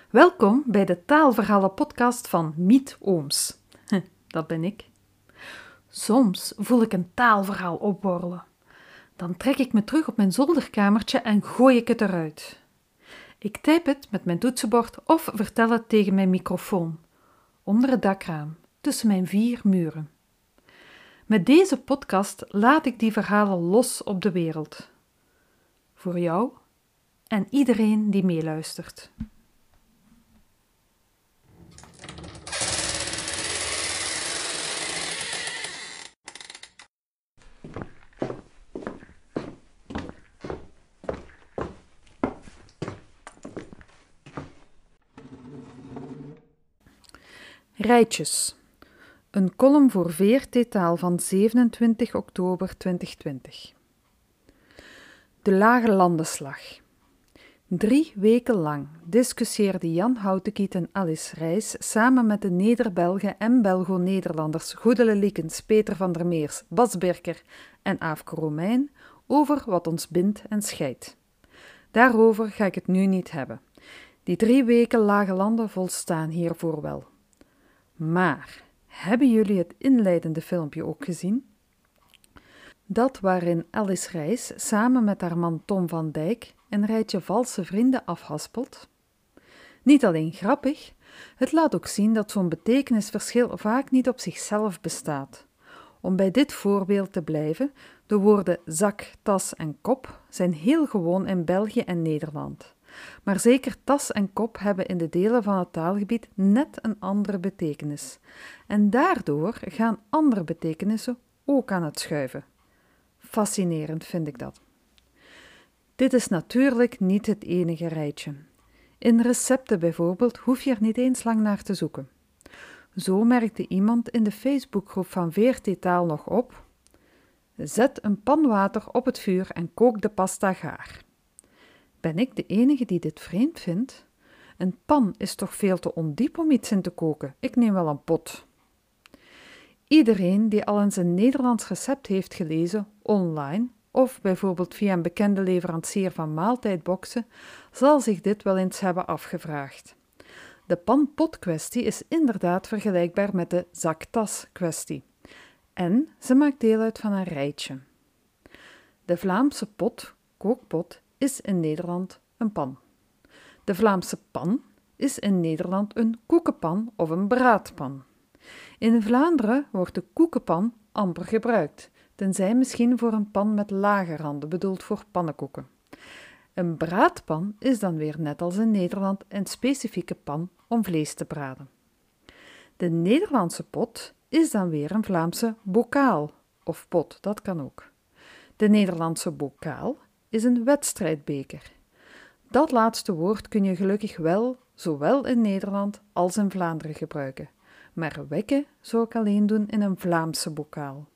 Welkom bij de taalverhalen-podcast van Miet Ooms. Dat ben ik. Soms voel ik een taalverhaal opborrelen. Dan trek ik me terug op mijn zolderkamertje en gooi ik het eruit. Ik typ het met mijn toetsenbord of vertel het tegen mijn microfoon, onder het dakraam, tussen mijn 4 muren. Met deze podcast laat ik die verhalen los op de wereld. Voor jou en iedereen die meeluistert. Rijtjes. Een column voor VRT Taal van 27 oktober 2020. De Lage Landenslag. 3 weken lang discussieerden Jan Houtekiet en Alice Rijs samen met de Neder-Belgen en Belgo-Nederlanders Goedele Liekens, Peter van der Meers, Bas Birker en Aafke Romein over wat ons bindt en scheidt. Daarover ga ik het nu niet hebben. Die 3 weken Lage Landen volstaan hiervoor wel. Maar, hebben jullie het inleidende filmpje ook gezien? Dat waarin Alice Rijs samen met haar man Tom van Dijk een rijtje valse vrienden afhaspelt? Niet alleen grappig, het laat ook zien dat zo'n betekenisverschil vaak niet op zichzelf bestaat. Om bij dit voorbeeld te blijven, de woorden zak, tas en kop zijn heel gewoon in België en Nederland. Maar zeker tas en kop hebben in de delen van het taalgebied net een andere betekenis. En daardoor gaan andere betekenissen ook aan het schuiven. Fascinerend vind ik dat. Dit is natuurlijk niet het enige rijtje. In recepten bijvoorbeeld hoef je er niet eens lang naar te zoeken. Zo merkte iemand in de Facebookgroep van VRT Taal nog op: zet een pan water op het vuur en kook de pasta gaar. Ben ik de enige die dit vreemd vindt? Een pan is toch veel te ondiep om iets in te koken? Ik neem wel een pot. Iedereen die al eens een Nederlands recept heeft gelezen, online, of bijvoorbeeld via een bekende leverancier van maaltijdboxen, zal zich dit wel eens hebben afgevraagd. De pan-pot-kwestie is inderdaad vergelijkbaar met de zak-tas-kwestie. En ze maakt deel uit van een rijtje. De Vlaamse pot, kookpot, is in Nederland een pan. De Vlaamse pan is in Nederland een koekenpan of een braadpan. In Vlaanderen wordt de koekenpan amper gebruikt, tenzij misschien voor een pan met lage randen, bedoeld voor pannenkoeken. Een braadpan is dan weer net als in Nederland een specifieke pan om vlees te braden. De Nederlandse pot is dan weer een Vlaamse bokaal, of pot, dat kan ook. De Nederlandse bokaal is een wedstrijdbeker. Dat laatste woord kun je gelukkig wel, zowel in Nederland als in Vlaanderen gebruiken. Maar wekken zou ik alleen doen in een Vlaamse bokaal.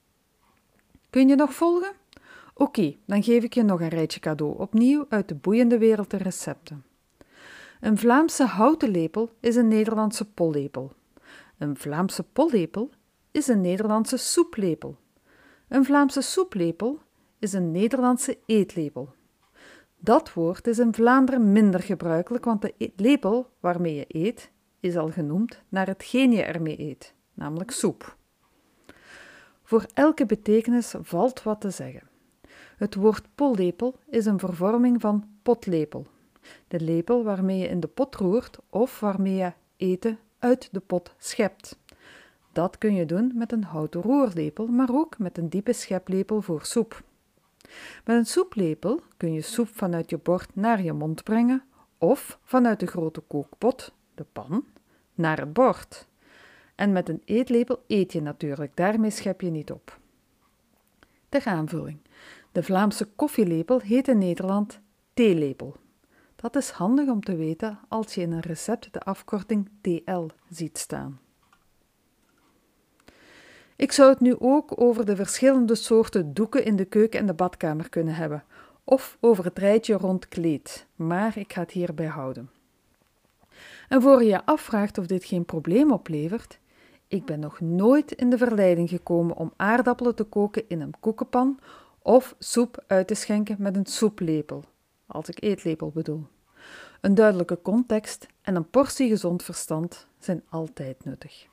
Kun je nog volgen? Oké, dan geef ik je nog een rijtje cadeau, opnieuw uit de boeiende wereld der recepten. Een Vlaamse houten lepel is een Nederlandse pollepel. Een Vlaamse pollepel is een Nederlandse soeplepel. Een Vlaamse soeplepel is een Nederlandse eetlepel. Dat woord is in Vlaanderen minder gebruikelijk, want de lepel waarmee je eet is al genoemd naar hetgeen je ermee eet, namelijk soep. Voor elke betekenis valt wat te zeggen. Het woord pollepel is een vervorming van potlepel, de lepel waarmee je in de pot roert of waarmee je eten uit de pot schept. Dat kun je doen met een houten roerlepel, maar ook met een diepe scheplepel voor soep. Met een soeplepel kun je soep vanuit je bord naar je mond brengen of vanuit de grote kookpot, de pan, naar het bord. En met een eetlepel eet je natuurlijk, daarmee schep je niet op. Ter aanvulling. De Vlaamse koffielepel heet in Nederland theelepel. Dat is handig om te weten als je in een recept de afkorting TL ziet staan. Ik zou het nu ook over de verschillende soorten doeken in de keuken en de badkamer kunnen hebben, of over het rijtje rond kleed, maar ik ga het hierbij houden. En voor je je afvraagt of dit geen probleem oplevert, ik ben nog nooit in de verleiding gekomen om aardappelen te koken in een koekenpan of soep uit te schenken met een soeplepel, als ik eetlepel bedoel. Een duidelijke context en een portie gezond verstand zijn altijd nuttig.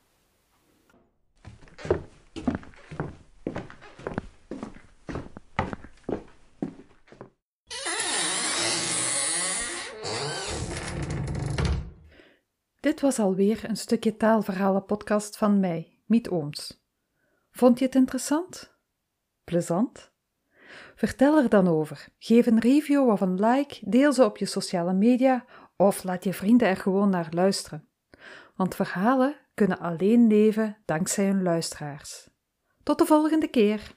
Dit was alweer een stukje taalverhalen-podcast van mij, Miet Ooms. Vond je het interessant? Plezant? Vertel er dan over. Geef een review of een like, deel ze op je sociale media of laat je vrienden er gewoon naar luisteren. Want verhalen kunnen alleen leven dankzij hun luisteraars. Tot de volgende keer!